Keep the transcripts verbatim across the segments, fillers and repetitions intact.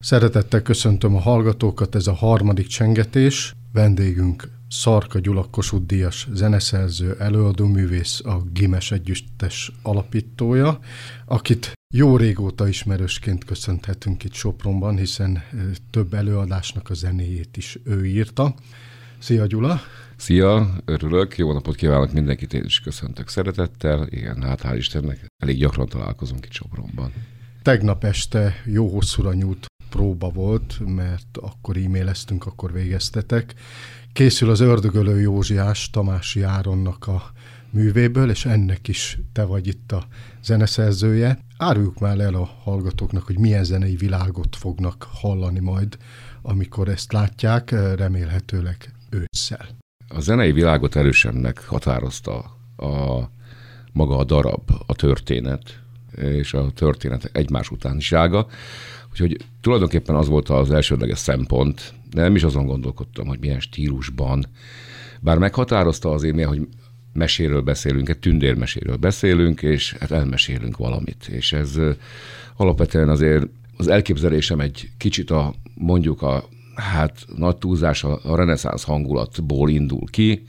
Szeretettel köszöntöm a hallgatókat, ez a harmadik csengetés. Vendégünk Szarka Gyula Kossuth-díjas zeneszerző, előadóművész, a Gimes Együttes alapítója, akit jó régóta ismerősként köszönhetünk itt Sopronban, hiszen több előadásnak a zenéjét is ő írta. Szia Gyula! Szia, örülök, jó napot kívánok mindenkit, én is köszöntök szeretettel. Igen, hát hál' Istennek, elég gyakran találkozunk itt Sopronban. Tegnap este jó hosszúra nyúlt próba volt, mert akkor e-maileztünk, akkor végeztetek. Készül az Ördögölő Józsiás Tamási Áronnak a művéből, és ennek is te vagy itt a zeneszerzője. Áruljuk már el a hallgatóknak, hogy milyen zenei világot fognak hallani majd, amikor ezt látják, remélhetőleg ősszel. A zenei világot erősebbnek határozta a maga a darab, a történet, és a történet egymás utánisága. Úgyhogy tulajdonképpen az volt az elsődleges szempont, de nem is azon gondolkodtam, hogy milyen stílusban. Bár meghatározta az élmény, hogy meséről beszélünk, egy tündérmeséről beszélünk, és hát elmesélünk valamit. És ez alapvetően azért az elképzelésem egy kicsit a, mondjuk a, hát nagy túlzás a, a reneszánsz hangulatból indul ki,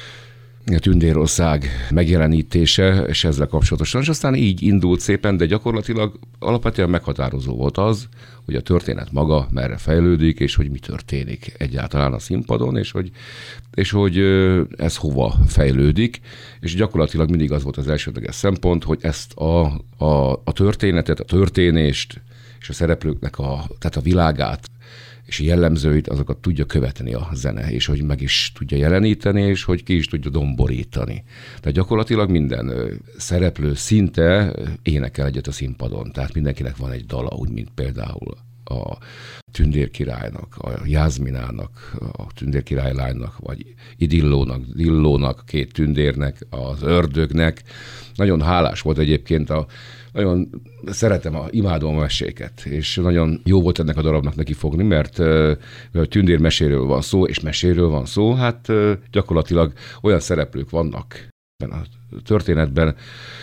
a Tündérország megjelenítése, és ezzel kapcsolatosan, és aztán így indult szépen, de gyakorlatilag alapvetően meghatározó volt az, hogy a történet maga merre fejlődik, és hogy mi történik egyáltalán a színpadon, és hogy, és hogy ez hova fejlődik, és gyakorlatilag mindig az volt az elsődleges szempont, hogy ezt a, a, a történetet, a történést, és a szereplőknek a, tehát a világát, és jellemzőit, azokat tudja követni a zene, és hogy meg is tudja jeleníteni, és hogy ki is tudja domborítani. Tehát gyakorlatilag minden szereplő szinte énekel egyet a színpadon, tehát mindenkinek van egy dala, úgy, mint például a Tündérkirálynak, a Jászminának, a Tündérkirálylánynak, vagy Idillónak, Dillónak, két tündérnek, az Ördögnek. Nagyon hálás volt egyébként a Nagyon szeretem, a, imádom a meséket, és nagyon jó volt ennek a darabnak neki fogni, mert uh, tündérmeséről van szó, és meséről van szó, hát uh, gyakorlatilag olyan szereplők vannak a történetben,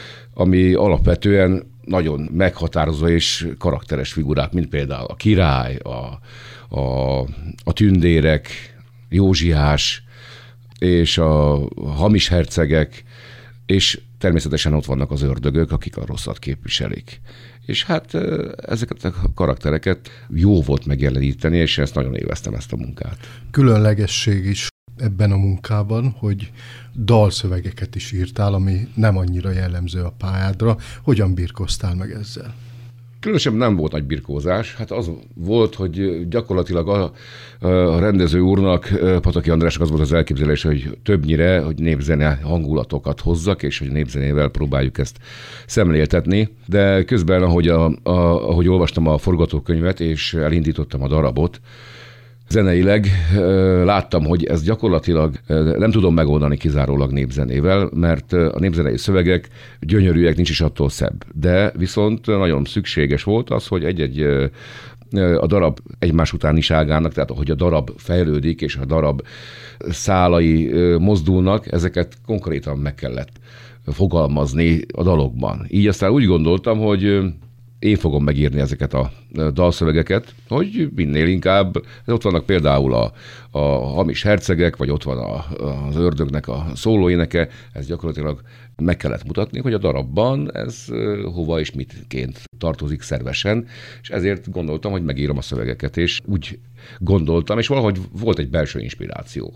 ami alapvetően nagyon meghatározó és karakteres figurák, mint például a király, a, a, a tündérek, Józsiás, és a hamis hercegek, és természetesen ott vannak az ördögök, akik a rosszat képviselik. És hát ezeket a karaktereket jó volt megjeleníteni, és ezt nagyon élveztem, ezt a munkát. Különlegesség is ebben a munkában, hogy dalszövegeket is írtál, ami nem annyira jellemző a pályádra. Hogyan birkoztál meg ezzel? Különösen nem volt nagy birkózás, hát az volt, hogy gyakorlatilag a, a rendező úrnak, Pataki Andrásnak az volt az elképzelés, hogy többnyire, hogy népzene hangulatokat hozzak, és hogy népzenével próbáljuk ezt szemléltetni, de közben, ahogy, a, a, ahogy olvastam a forgatókönyvet, és elindítottam a darabot, zeneileg láttam, hogy ez gyakorlatilag nem tudom megoldani kizárólag népzenével, mert a népzenei szövegek gyönyörűek, nincs is attól szebb. De viszont nagyon szükséges volt az, hogy egy-egy a darab egymás utániságának, tehát ahogy a darab fejlődik, és a darab szálai mozdulnak, ezeket konkrétan meg kellett fogalmazni a dalokban. Így aztán úgy gondoltam, hogy én fogom megírni ezeket a dalszövegeket, hogy minél inkább, ott vannak például a, a hamis hercegek, vagy ott van a, az ördögnek a szólóéneke, ez gyakorlatilag meg kellett mutatni, hogy a darabban ez hova és mitként tartozik szervesen, és ezért gondoltam, hogy megírom a szövegeket, és úgy gondoltam, és valahogy volt egy belső inspiráció.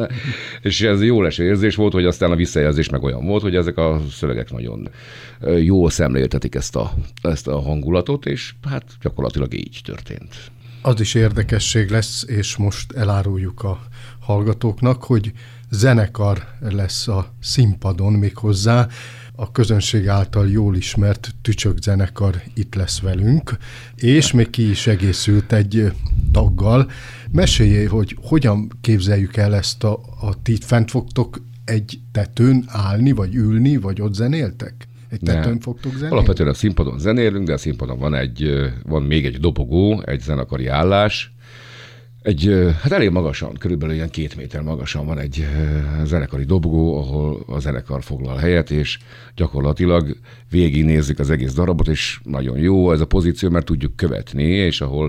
És ez jó leső érzés volt, hogy aztán a visszajelzés meg olyan volt, hogy ezek a szövegek nagyon jól szemléltetik ezt a, ezt a hangulatot, és hát gyakorlatilag így történt. Az is érdekesség lesz, és most eláruljuk a hallgatóknak, hogy zenekar lesz a színpadon méghozzá. A közönség által jól ismert Tücsök zenekar itt lesz velünk, és még ki is egészült egy taggal. Meséljél, hogy hogyan képzeljük el ezt a, a ti fent fogtok egy tetőn állni, vagy ülni, vagy ott zenéltek? Egy tetőn ne. fogtok zenélni? Alapvetően a színpadon zenélünk, de a színpadon van, egy, van még egy dobogó, egy zenekari állás. Egy, hát elég magasan, körülbelül ilyen két méter magasan van egy zenekari dobogó, ahol a zenekar foglal helyet, és gyakorlatilag végignézzük az egész darabot, és nagyon jó ez a pozíció, mert tudjuk követni, és ahol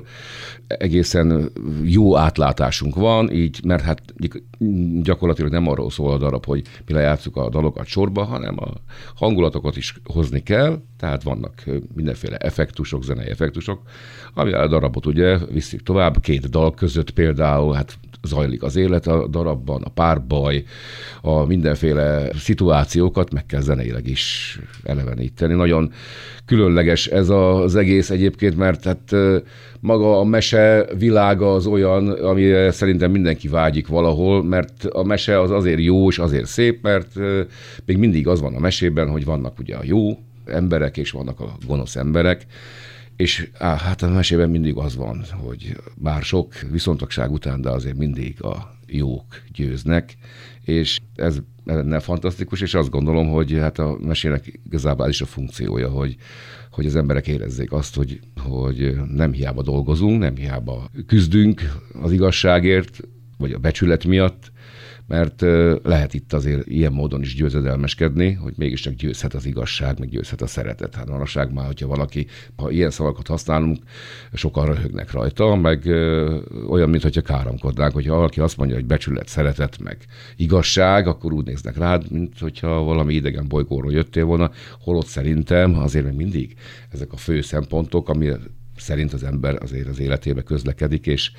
egészen jó átlátásunk van, így, mert hát gyakorlatilag nem arról szól a darab, hogy mi lejátszuk a dalokat sorba, hanem a hangulatokat is hozni kell, tehát vannak mindenféle effektusok, zenei effektusok, ami a darabot ugye viszik tovább, két dal között például, hát zajlik az élet a darabban, a párbaj, a mindenféle szituációkat meg kell zeneileg is eleveníteni. Nagyon különleges ez az egész egyébként, mert hát maga a mese világa az olyan, amire szerintem mindenki vágyik valahol, mert a mese az azért jó és azért szép, mert még mindig az van a mesében, hogy vannak ugye a jó emberek és vannak a gonosz emberek, és á, hát a mesében mindig az van, hogy bár sok viszontagság után, de azért mindig a jók győznek, és ez lenne fantasztikus, és azt gondolom, hogy hát a mesének igazából ez is a funkciója, hogy, hogy az emberek érezzék azt, hogy, hogy nem hiába dolgozunk, nem hiába küzdünk az igazságért, vagy a becsület miatt, mert lehet itt azért ilyen módon is győzedelmeskedni, hogy mégiscsak győzhet az igazság, meg győzhet a szeretet. Hát manapság már, hogyha valaki, ha ilyen szavakat használunk, sokan röhögnek rajta, meg olyan, mintha káromkodnánk, hogyha valaki azt mondja, hogy becsület, szeretet, meg igazság, akkor úgy néznek rád, mint hogyha valami idegen bolygóról jöttél volna, holott szerintem azért még mindig ezek a fő szempontok, ami szerint az ember azért az életébe közlekedik, és,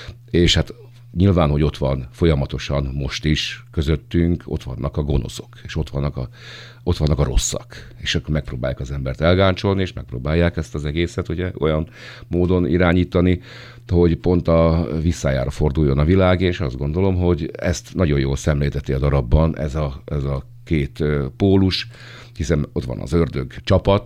és hát nyilván, hogy ott van folyamatosan most is közöttünk, ott vannak a gonoszok, és ott vannak a, ott vannak a rosszak. És akkor megpróbálják az embert elgáncsolni, és megpróbálják ezt az egészet ugye, olyan módon irányítani, hogy pont a visszájára forduljon a világ, és azt gondolom, hogy ezt nagyon jól szemlélteti a darabban ez a, ez a két pólus, hiszen ott van az ördög csapat,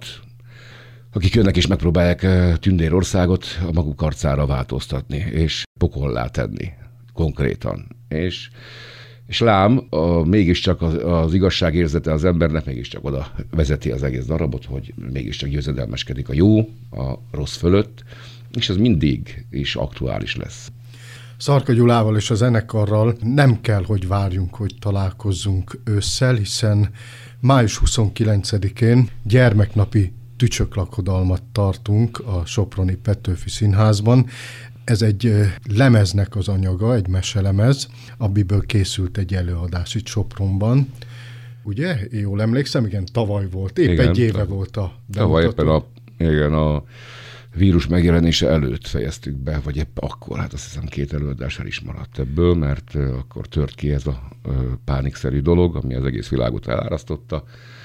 akik jönnek és megpróbálják Tündérországot a maguk arcára változtatni, és pokollá tenni. Konkrétan. És, és lám, a, mégiscsak az, az igazságérzete az embernek mégiscsak oda vezeti az egész darabot, hogy mégiscsak győzedelmeskedik a jó a rossz fölött, és ez mindig is aktuális lesz. Szarka Gyulával és a zenekarral nem kell, hogy várjunk, hogy találkozzunk ősszel, hiszen május huszonkilencedikén gyermeknapi tücsöklakodalmat tartunk a soproni Petőfi Színházban. Ez egy lemeznek az anyaga, egy meselemez, amiből készült egy előadás itt Sopronban. Ugye? Én jól emlékszem, igen, tavaly volt, épp igen, egy éve tav- volt a bemutató. Tavaly éppen a, igen, a vírus megjelenése előtt fejeztük be, vagy épp akkor, hát azt hiszem két előadás el is maradt ebből, mert akkor tört ki ez a pánikszerű dolog, ami az egész világot elárasztotta,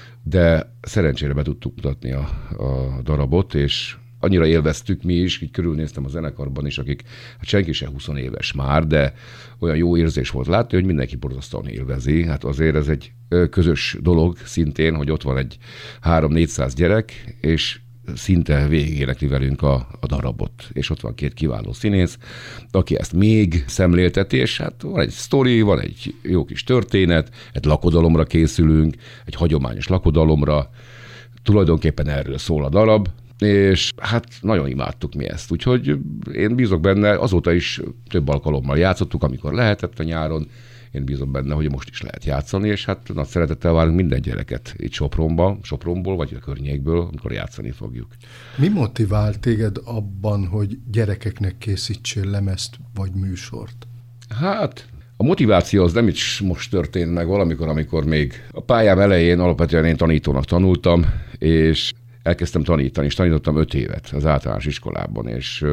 de szerencsére be tudtuk mutatni a, a darabot, és annyira élveztük mi is, így körülnéztem a zenekarban is, akik, hát senki sem húsz éves már, de olyan jó érzés volt látni, hogy mindenki borzasztóan élvezi. Hát azért ez egy közös dolog szintén, hogy ott van egy három-négyszáz gyerek, és szinte végigénekli velünk a, a darabot. És ott van két kiváló színész, aki ezt még szemlélteti, és hát van egy sztori, van egy jó kis történet, egy lakodalomra készülünk, egy hagyományos lakodalomra, tulajdonképpen erről szól a darab, és hát nagyon imádtuk mi ezt. Úgyhogy én bízok benne, azóta is több alkalommal játszottuk, amikor lehetett a nyáron. Én bízom benne, hogy most is lehet játszani, és hát nagy szeretettel várunk minden gyereket itt Sopronba, Sopronból, vagy a környékből, amikor játszani fogjuk. Mi motivál téged abban, hogy gyerekeknek készítsél lemezt vagy műsort? Hát a motiváció az nem is most történt meg valamikor, amikor még a pályám elején alapvetően én tanítónak tanultam, és elkezdtem tanítani, és tanítottam öt évet az általános iskolában, és,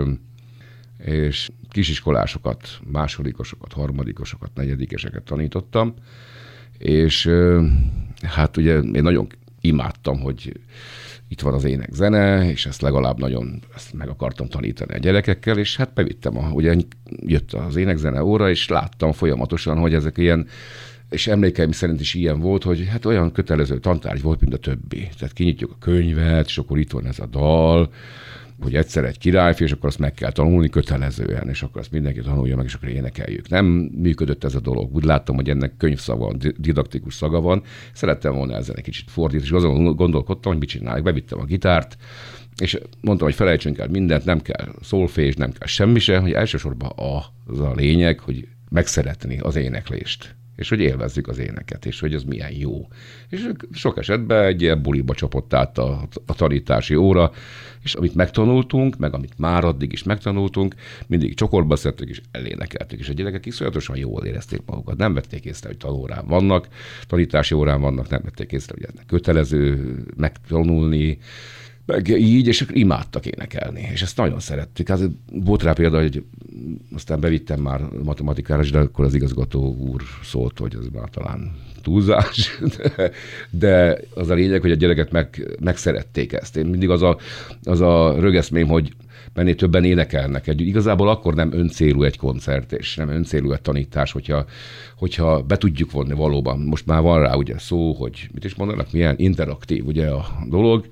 és kisiskolásokat, másodikosokat, harmadikosokat, negyedikeseket tanítottam, és hát ugye én nagyon imádtam, hogy itt van az ének-zene, és ezt legalább nagyon ezt meg akartam tanítani a gyerekekkel, és hát bevittem, a, ugye jött az ének-zene óra, és láttam folyamatosan, hogy ezek ilyen, és emlékeim szerint is ilyen volt, hogy hát olyan kötelező tantárgy volt, mint a többi. Tehát kinyitjuk a könyvet, és akkor itt van ez a dal, hogy egyszer egy királyfi, és akkor azt meg kell tanulni kötelezően, és akkor azt mindenki tanulja meg, és akkor énekeljük. Nem működött ez a dolog. Úgy láttam, hogy ennek könyvszaga van, didaktikus szaga van. Szerettem volna ezen egy kicsit fordítani, és azon gondolkodtam, hogy mit csináljuk. Bevittem a gitárt, és mondtam, hogy felejtsünk el mindent, nem kell szólfés, nem kell semmi se, hogy elsősorban az a lényeg, hogy megszeretni az éneklést, és hogy élvezzük az éneket, és hogy ez milyen jó. És sok esetben egy ilyen buliba csapott át a, a tanítási óra, és amit megtanultunk, meg amit már addig is megtanultunk, mindig csokorba szedtük és elénekeltük, és a gyerekek iszonyatosan jól érezték magukat. Nem vették észre, hogy tanórán vannak, tanítási órán vannak, nem vették észre, hogy ennek kötelező megtanulni, meg így, és imádtak énekelni, és ezt nagyon szerettük. Hát volt rá példa, hogy aztán bevittem már matematikára, de akkor az igazgató úr szólt, hogy ez már talán túlzás, de, de az a lényeg, hogy a gyerekek meg, megszerették ezt. Én mindig az a, az a rögeszmém, hogy mennél többen énekelnek együtt. Igazából akkor nem öncélú egy koncert, és nem öncélú egy tanítás, hogyha, hogyha be tudjuk vonni valóban. Most már van rá ugye szó, hogy mit is mondanak, milyen interaktív ugye a dolog,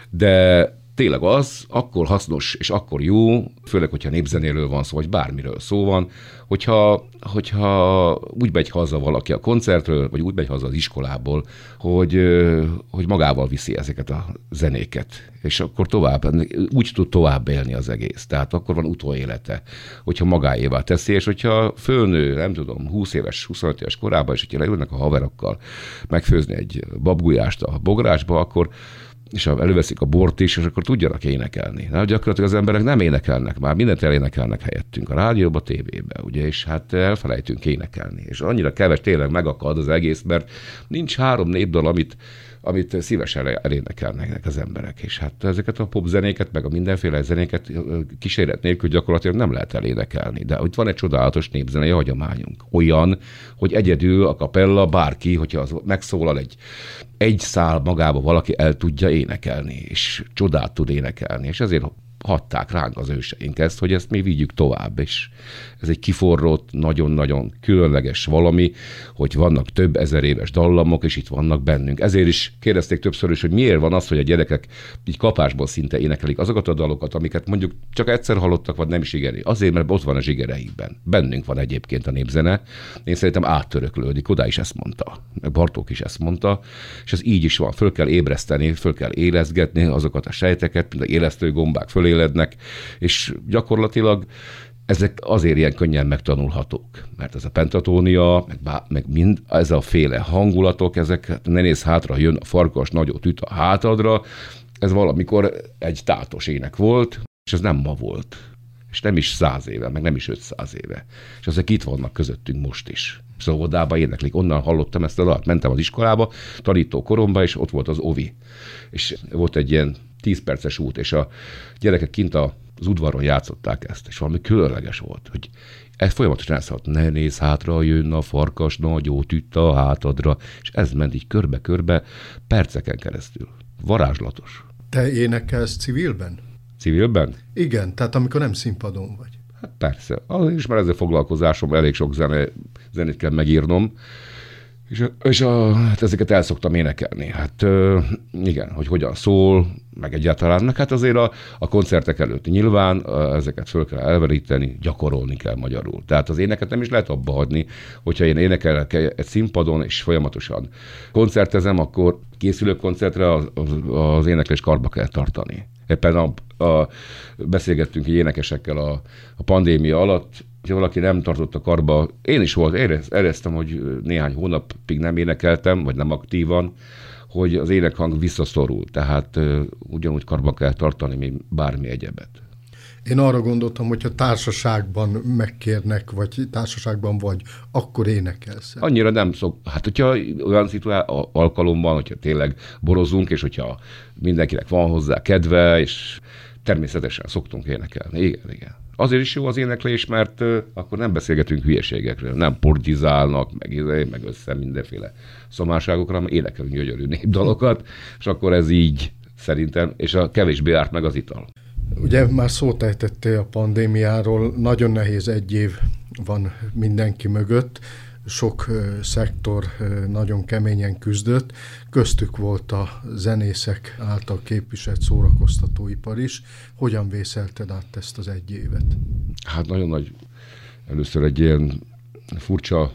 de tényleg az akkor hasznos, és akkor jó, főleg, hogyha népzenéről van szó, vagy bármiről szó van, hogyha, hogyha úgy megy haza valaki a koncertről, vagy úgy megy haza az iskolából, hogy, hogy magával viszi ezeket a zenéket, és akkor tovább, úgy tud tovább élni az egész. Tehát akkor van utóélete, hogyha magáévá teszi, és hogyha fölnő, nem tudom, húsz éves, huszonöt éves korában, és hogyha leülnek a haverokkal megfőzni egy babgulyást a bográsba, akkor és előveszik a bort is, és akkor tudjanak énekelni. Na, gyakorlatilag az emberek nem énekelnek már, mindent elénekelnek helyettünk, a rádióba, a tévébe, ugye, és hát elfelejtünk énekelni. És annyira keves tényleg megakad az egész, mert nincs három népdal, amit, amit szívesen elénekelnek az emberek. És hát ezeket a popzenéket, meg a mindenféle zenéket kíséret nélkül gyakorlatilag nem lehet elénekelni. De itt van egy csodálatos népzenei hagyományunk. Olyan, hogy egyedül a kapella, bárki, hogyha az megszólal egy egy szál magába valaki el tudja énekelni, és csodát tud énekelni, és ezért hatták ránk az őseink ezt, hogy ezt mi vigyük tovább, és ez egy kiforrott, nagyon-nagyon különleges valami, hogy vannak több ezer éves dallamok, és itt vannak bennünk. Ezért is kérdezték többször is, hogy miért van az, hogy a gyerekek így kapásból szinte énekelik azokat a dalokat, amiket mondjuk csak egyszer hallottak, vagy nem is igeri. Azért, mert ott van a zsigereikben. Bennünk van egyébként a népzene. Én szerintem áttöröklődik, oda is ezt mondta. Bartók is ezt mondta, és ez így is van. Föl kell ébreszteni, föl kell élezgetni azokat a sejteket, mint a élesztő gombák fölélednek, és gyakorlatilag ezek azért ilyen könnyen megtanulhatók, mert ez a pentatónia, meg, bá, meg mind ez a féle hangulatok, ezek ne nézz hátra, jön a farkas, nagyot üt a hátadra, ez valamikor egy tátos ének volt, és ez nem ma volt, és nem is száz éve, meg nem is ötszáz éve, és ezek itt vannak közöttünk most is. Szóval odába éneklik, onnan hallottam ezt a dalt, mentem az iskolába, tanító koromba, és ott volt az ovi, és volt egy ilyen tíz perces út, és a gyerekek kint a az udvaron játszották ezt, és valami különleges volt, hogy ez folyamatosan elszállt, ne nézz hátra, jön a farkas, nagyot üt a hátadra, és ez ment így körbe-körbe perceken keresztül. Varázslatos. Te énekelsz civilben? Civilben? Igen, tehát amikor nem színpadon vagy. Hát persze, az is már ezzel foglalkozásom, elég sok zene, zenét kell megírnom, és, és a, hát ezeket el szoktam énekelni. Hát igen, hogy hogyan szól, meg egyáltalán, meg hát azért a, a koncertek előtt nyilván ezeket föl kell elveríteni, gyakorolni kell magyarul. Tehát az éneket nem is lehet abba hagyni, hogyha én énekelek egy színpadon, és folyamatosan koncertezem, akkor készülő koncertre az, az, az éneklés karba kell tartani. Éppen a, a, beszélgettünk egy énekesekkel a, a pandémia alatt, hogyha valaki nem tartotta karba, én is volt, érez, éreztem, hogy néhány hónapig nem énekeltem, vagy nem aktívan, hogy az énekhang visszaszorul, tehát uh, ugyanúgy karba kell tartani, mint bármi egyebet. Én arra gondoltam, hogyha társaságban megkérnek, vagy társaságban vagy, akkor énekelsz. Annyira nem szok. Hát, hogyha olyan szituá- alkalom van, hogyha tényleg borozunk, és hogyha mindenkinek van hozzá kedve, és természetesen szoktunk énekelni. Igen, igen. Azért is jó az éneklés, mert uh, akkor nem beszélgetünk hülyeségekről, nem portizálnak, meg, meg össze mindenféle szomárságokra, hanem énekelünk gyönyörű népdalokat, és akkor ez így szerintem, és a kevésbé árt meg az ital. Ugye már szót ejtettél a pandémiáról, nagyon nehéz egy év van mindenki mögött, sok uh, szektor uh, nagyon keményen küzdött, köztük volt a zenészek által képviselt szórakoztatóipar is. Hogyan vészelted át ezt az egy évet? Hát nagyon nagy, először egy ilyen furcsa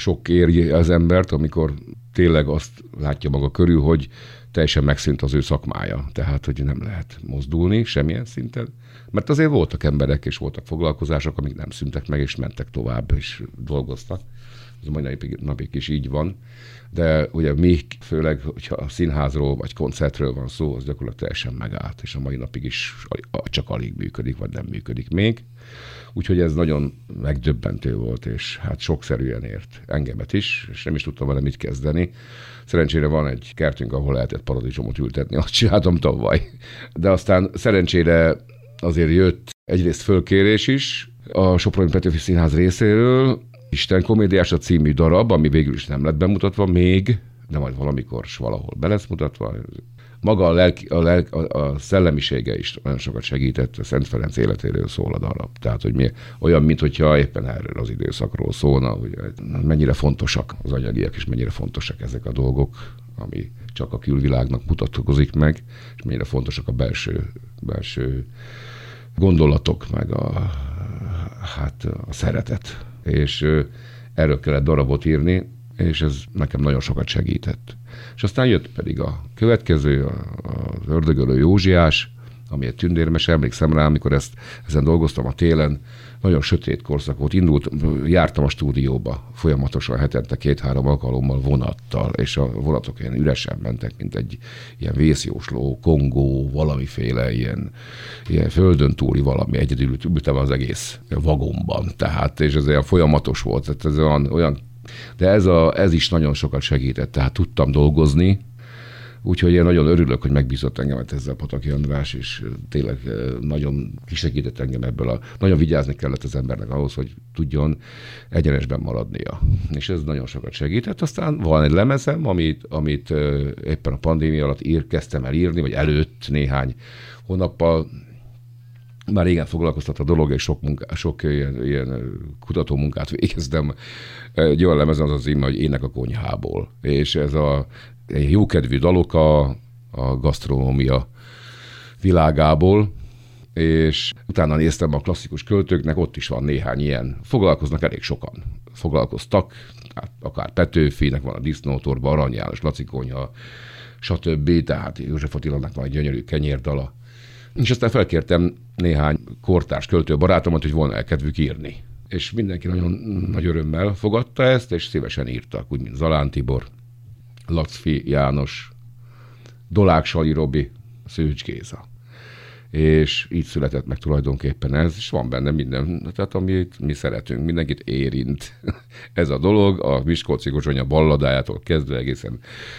sok éri az embert, amikor tényleg azt látja maga körül, hogy teljesen megszűnt az ő szakmája. Tehát, hogy nem lehet mozdulni semmilyen szinten. Mert azért voltak emberek és voltak foglalkozások, amik nem szűntek meg, és mentek tovább, és dolgoztak. Ez a mai napig, napig is így van. De ugye mi, főleg, hogyha a színházról vagy koncertről van szó, az gyakorlatilag teljesen megállt, és a mai napig is csak alig működik, vagy nem működik még. Úgyhogy ez nagyon megdöbbentő volt, és hát sokszerűen ért engemet is, és nem is tudtam vele mit kezdeni. Szerencsére van egy kertünk, ahol lehetett paradicsomot ültetni, azt csináltam tavaly. De aztán szerencsére azért jött egyrészt fölkérés is a Soproni Petőfi Színház részéről, Isten komédiás a című darab, ami végül is nem lett bemutatva még, de majd valamikor s valahol be lesz mutatva. Maga a, lelki, a, lelki, a, a szellemisége is nagyon sokat segített, a Szent Ferenc életéről szól a darab. Tehát, hogy mi, olyan, mintha éppen erről az időszakról szólna, hogy mennyire fontosak az anyagiak, és mennyire fontosak ezek a dolgok, ami csak a külvilágnak mutatkozik meg, és mennyire fontosak a belső, belső gondolatok, meg a, hát a szeretet. És erről kellett darabot írni, és ez nekem nagyon sokat segített. És aztán jött pedig a következő, az Ördögölő Józsiás, ami egy tündérmese, emlékszem rá, amikor ezt, ezen dolgoztam a télen, nagyon sötét korszak volt, indult, jártam a stúdióba folyamatosan hetente két-három alkalommal vonattal, és a vonatok ilyen üresen mentek, mint egy ilyen vészjósló, Kongó, valamiféle ilyen, ilyen földön túli valami, egyedül ültem az egész vagomban, tehát, és ez olyan folyamatos volt, tehát ez olyan, olyan de ez, a, ez is nagyon sokat segített, tehát tudtam dolgozni, úgyhogy én nagyon örülök, hogy megbízott engemet ezzel Pataki András, és tényleg nagyon kisegített engem ebből. A, nagyon vigyázni kellett az embernek ahhoz, hogy tudjon egyenesben maradnia. És ez nagyon sokat segített. Aztán van egy lemezem, amit, amit éppen a pandémia alatt ír, kezdtem el írni, vagy előtt néhány hónappal. Már régen foglalkoztat a dolog, és sok, munká, sok ilyen, ilyen kutató munkát végeztem. Egy olyan lemezem az az íme, hogy Ének a konyhából. És ez a jókedvű dalok a, a gasztronómia világából, és utána néztem a klasszikus költőknek, ott is van néhány ilyen. Foglalkoznak elég sokan. Foglalkoztak, hát akár Petőfinek van a Disznótorban, Arany János, Laci Konyha, stb. Tehát József Attilának van egy gyönyörű kenyérdala. És aztán felkértem néhány kortárs költő barátomat, hogy volna elkedvük írni. És mindenki nagyon nagy örömmel fogadta ezt, és szívesen írtak, úgy, mint Zalán Tibor, Lacfi János, Dolák Sali Robi, Szőcs Géza. És így született meg tulajdonképpen ez, és van benne minden, tehát amit mi szeretünk, mindenkit érint. Ez a dolog, a Miskolci Gozsonya balladájától kezdve egészen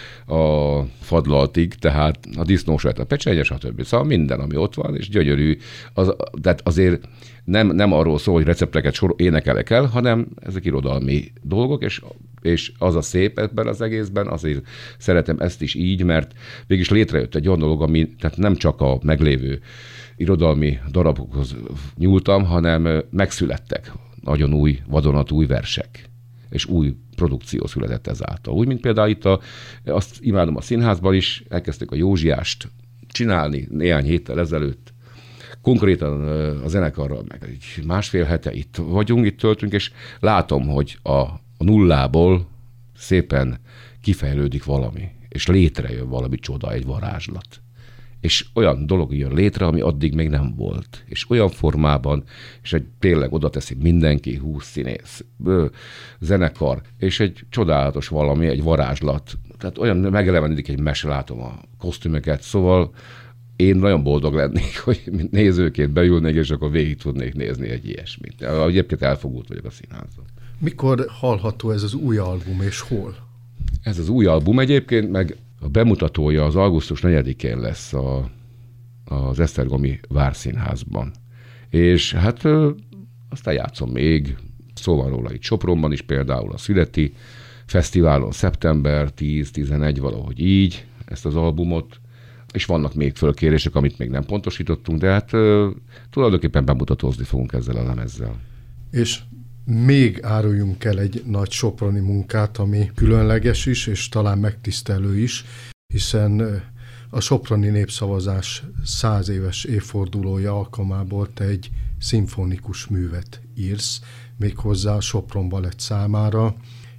a fadlaltig, tehát a disznósajt, a pecsenye, stb. Szóval minden, ami ott van, és gyönyörű. Az, tehát azért nem, nem arról szól, hogy recepteket sor, énekelek el, hanem ezek irodalmi dolgok, és, és az a szép ebben az egészben, azért szeretem ezt is így, mert végig létrejött egy olyan dolog, ami tehát nem csak a meglévő irodalmi darabokhoz nyúltam, hanem megszülettek nagyon új, vadonatúj versek, és új produkció született ezáltal. Úgy, mint például itt a, azt imádom a színházban is, elkezdtük a Józsiást csinálni néhány héttel ezelőtt. Konkrétan a zenekarral meg egy másfél hete itt vagyunk, itt töltünk, és látom, hogy a, a nullából szépen kifejlődik valami, és létrejön valami csoda, egy varázslat. És olyan dolog jön létre, ami addig még nem volt. És olyan formában, és egy tényleg oda teszik mindenki, húsz színész, bő, zenekar, és egy csodálatos valami, egy varázslat. Tehát olyan megelevenedik egy mese, látom a kosztümöket, szóval én nagyon boldog lennék, hogy nézőként beülnék, és akkor végig tudnék nézni egy ilyesmit. Egyébként elfogult vagyok a színházban. Mikor hallható ez az új album, és hol? Ez az új album egyébként, meg a bemutatója az augusztus negyedikén lesz a, az Esztergomi Várszínházban. És hát ö, aztán játszom még, szó van róla itt Sopronban is, például a Születi Fesztiválon szeptember tíz-tizenegy, valahogy így ezt az albumot, és vannak még fölkérések, amit még nem pontosítottunk, de hát ö, tulajdonképpen bemutatózni fogunk ezzel a lemezzel. És még áruljunk el egy nagy soproni munkát, ami különleges is, és talán megtisztelő is, hiszen a soproni népszavazás száz éves évfordulója alkalmából te egy szimfonikus művet írsz, méghozzá a Sopron Balett számára,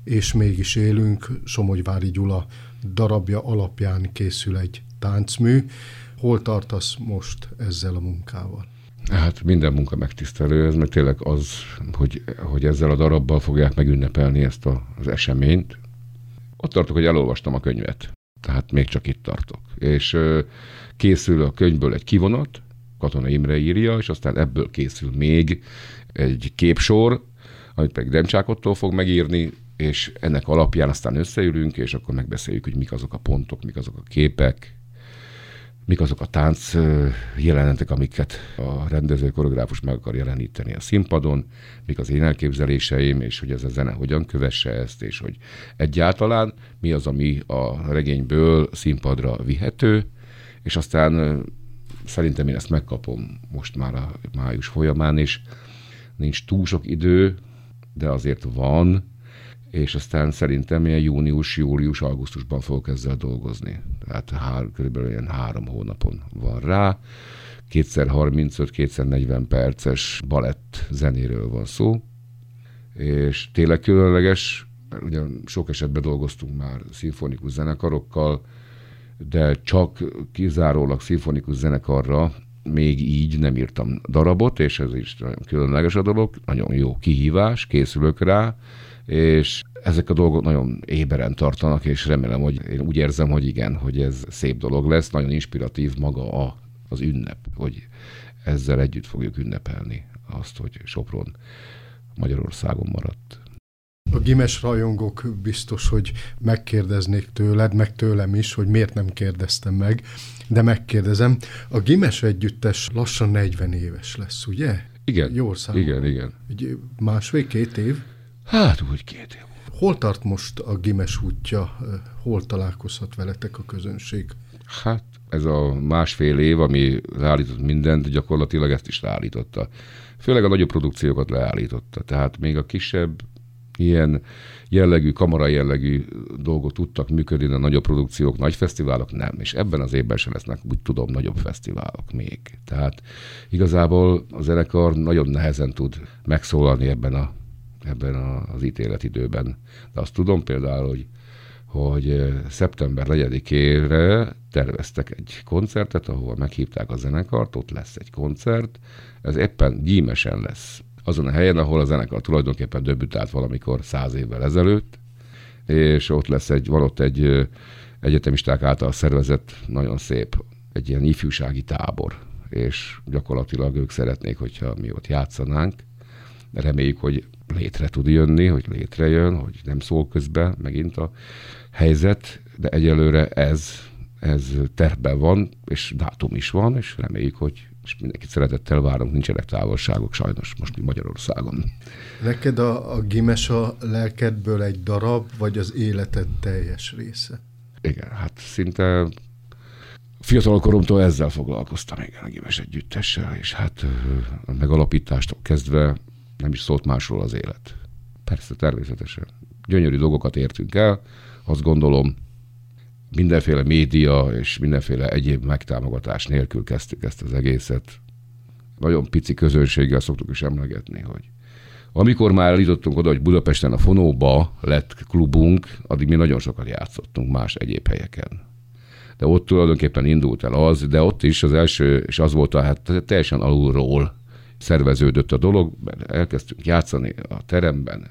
és mégis élünk. Somogyvári Gyula darabja alapján készül egy táncmű. Hol tartasz most ezzel a munkával? Hát minden munka megtisztelő, ez meg tényleg az, hogy, hogy ezzel a darabbal fogják megünnepelni ezt a, az eseményt. Ott tartok, hogy elolvastam a könyvet, tehát még csak itt tartok. És ö, készül a könyvből egy kivonat, Katona Imre írja, és aztán ebből készül még egy képsor, amit pedig Demcsák Ottó fog megírni, és ennek alapján aztán összeülünk, és akkor megbeszéljük, hogy mik azok a pontok, mik azok a képek, mik azok a tánc jelenetek, amiket a rendező koreográfus meg akar jeleníteni a színpadon, mik az én elképzeléseim, és hogy ez a zene hogyan kövesse ezt, és hogy egyáltalán mi az, ami a regényből színpadra vihető, és aztán szerintem én ezt megkapom most már a május folyamán is. Nincs túl sok idő, de azért van, és aztán szerintem ilyen június, július, augusztusban fogok ezzel dolgozni. Tehát hár, körülbelül ilyen három hónapon van rá. kétszer harmincöt, kétszer negyven perces balett zenéről van szó, és tényleg különleges, ugye sok esetben dolgoztunk már szimfonikus zenekarokkal, de csak kizárólag szimfonikus zenekarra még így nem írtam darabot, és ez is nagyon különleges a dolog, nagyon jó kihívás, készülök rá, és ezek a dolgok nagyon éberen tartanak, és remélem, hogy én úgy érzem, hogy igen, hogy ez szép dolog lesz, nagyon inspiratív maga a, az ünnep, hogy ezzel együtt fogjuk ünnepelni azt, hogy Sopron Magyarországon maradt. A gimes rajongók biztos, hogy megkérdeznék tőled, meg tőlem is, hogy miért nem kérdeztem meg, de megkérdezem. A gimes együttes lassan negyven éves lesz, ugye? Igen, jól számol. igen, igen. Másfél-két év? Hát úgy két év. Hol tart most a gimes útja? Hol találkozhat veletek a közönség? Hát ez a másfél év, ami leállított mindent, gyakorlatilag ezt is leállította. Főleg a nagyobb produkciókat leállította. Tehát még a kisebb, ilyen jellegű, kamara jellegű dolgok tudtak működni, de a nagyobb produkciók, nagy fesztiválok nem. És ebben az évben sem lesznek, úgy tudom, nagyobb fesztiválok még. Tehát igazából a zenekar nagyon nehezen tud megszólalni ebben, a, ebben az ítéletidőben. De azt tudom például, hogy, hogy szeptember negyedikére terveztek egy koncertet, ahol meghívták a zenekart, ott lesz egy koncert, ez éppen gyímesen lesz. Azon a helyen, ahol a zenekar tulajdonképpen debütált valamikor száz évvel ezelőtt, és ott lesz egy, van ott egy egyetemisták által szervezett, nagyon szép, egy ilyen ifjúsági tábor, és gyakorlatilag ők szeretnék, hogyha mi ott játszanánk. Reméljük, hogy létre tud jönni, hogy létrejön, hogy nem szól közbe megint a helyzet, de egyelőre ez, ez tervben van, és dátum is van, és reméljük, hogy és mindenkit szeretettel várunk, nincsenek távolságok sajnos most Magyarországon. Neked a, a gimes a lelkedből egy darab, vagy az életed teljes része? Igen, hát szinte fiatal koromtól ezzel foglalkoztam, igen, a gimes együttessel, és hát a megalapítástól kezdve nem is szólt másról az élet. Persze, természetesen. Gyönyörű dolgokat értünk el, azt gondolom, mindenféle média és mindenféle egyéb megtámogatás nélkül kezdtük ezt az egészet. Nagyon pici közönséggel szoktuk is emlegetni, hogy amikor már eljutottunk oda, hogy Budapesten a Fonóba lett klubunk, addig mi nagyon sokat játszottunk más egyéb helyeken. De ott tulajdonképpen indult el az, de ott is az első, és az volt a, hát teljesen alulról szerveződött a dolog, mert elkezdtünk játszani a teremben,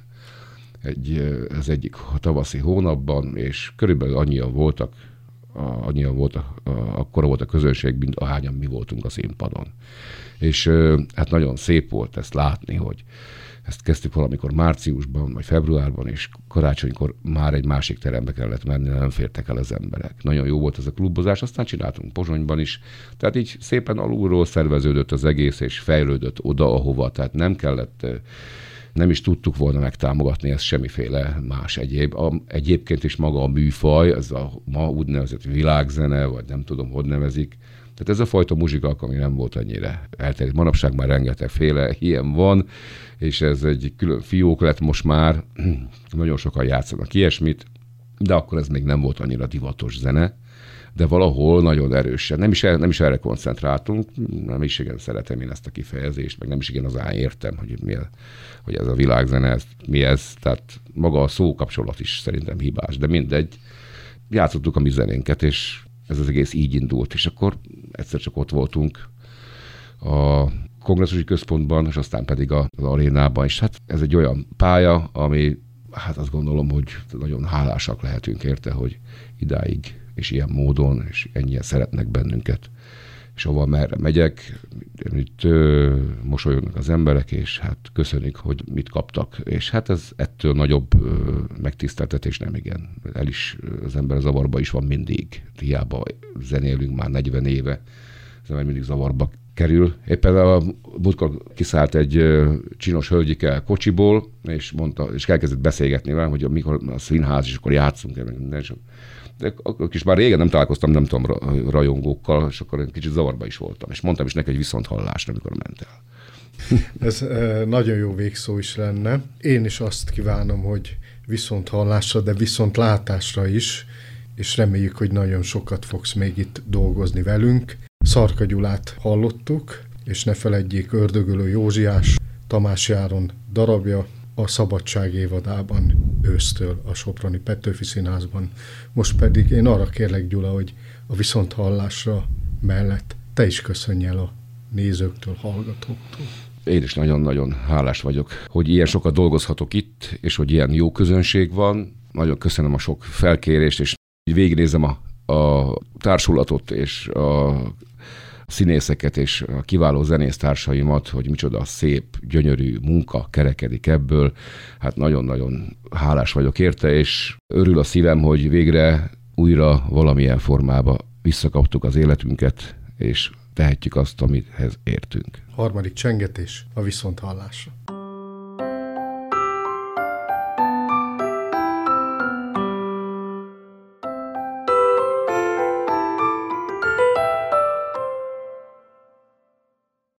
egy, az egyik tavaszi hónapban, és körülbelül annyian voltak, annyian voltak, akkora volt a közönség, mint ahányan mi voltunk a színpadon. És hát nagyon szép volt ezt látni, hogy ezt kezdtük valamikor márciusban, vagy februárban, és karácsonykor már egy másik terembe kellett menni, nem fértek el az emberek. Nagyon jó volt ez a klubozás, aztán csináltunk Pozsonyban is. Tehát így szépen alulról szerveződött az egész, és fejlődött oda, ahova. Tehát nem kellett, nem is tudtuk volna megtámogatni ezt semmiféle más egyéb. A, egyébként is maga a műfaj, ez a ma úgynevezett világzene, vagy nem tudom, hogy nevezik. Tehát ez a fajta muzsika, ami nem volt annyira elterjedt. Manapság már rengetegféle ilyen van, és ez egy külön fiók lett most már. Nagyon sokan játszanak ilyesmit. de akkor ez még nem volt annyira divatos zene, de valahol nagyon erősen, nem is, nem is erre koncentráltunk, nem is igen szeretem én ezt a kifejezést, meg nem is igen azán értem, hogy, mi a, hogy ez a világzene, ez, mi ez, tehát maga a szókapcsolat is szerintem hibás, de mindegy, játszottuk a mi zenénket, és ez az egész így indult, és akkor egyszer csak ott voltunk a kongresszusi központban, és aztán pedig az arénában, és hát ez egy olyan pálya, ami, hát azt gondolom, hogy nagyon hálásak lehetünk érte, hogy idáig, és ilyen módon, és ennyien szeretnek bennünket, és ahova merre megyek, itt ö, mosolyognak az emberek, és hát köszönik, hogy mit kaptak, és hát ez ettől nagyobb ö, megtiszteltetés nem igen. El is, az ember zavarba is van mindig, hiába zenélünk már negyven éve, az ember mindig zavarba kerül. Éppen a múltkor kiszállt egy ö, csinos hölgyike kocsiból, és mondta, és elkezdett beszélgetni velem, hogy mikor a színház, és akkor játszunk el, minden, és de akkor is már régen nem találkoztam, nem tudom, rajongókkal, és akkor egy kicsit zavarba is voltam. És mondtam is neki egy viszonthallásra, amikor ment el. Ez e, nagyon jó végszó is lenne. Én is azt kívánom, hogy viszonthallásra, de viszontlátásra is, és reméljük, hogy nagyon sokat fogsz még itt dolgozni velünk. Szarka Gyulát hallottuk, és ne feledjék, Ördögölő Józsiás, Tamás Járon darabja, a Szabadság évadában ősztől a Soproni Petőfi Színházban. Most pedig én arra kérlek, Gyula, hogy a viszonthallásra mellett te is köszönj el a nézőktől, hallgatóktól. Én is nagyon-nagyon hálás vagyok, hogy ilyen sokat dolgozhatok itt, és hogy ilyen jó közönség van. Nagyon köszönöm a sok felkérést, és végignézem a, a társulatot, és a színészeket és a kiváló zenésztársaimat, hogy micsoda szép, gyönyörű munka kerekedik ebből. Hát nagyon-nagyon hálás vagyok érte, és örül a szívem, hogy végre újra valamilyen formába visszakaptuk az életünket, és tehetjük azt, amihez értünk. Harmadik csengetés a viszonthallásra.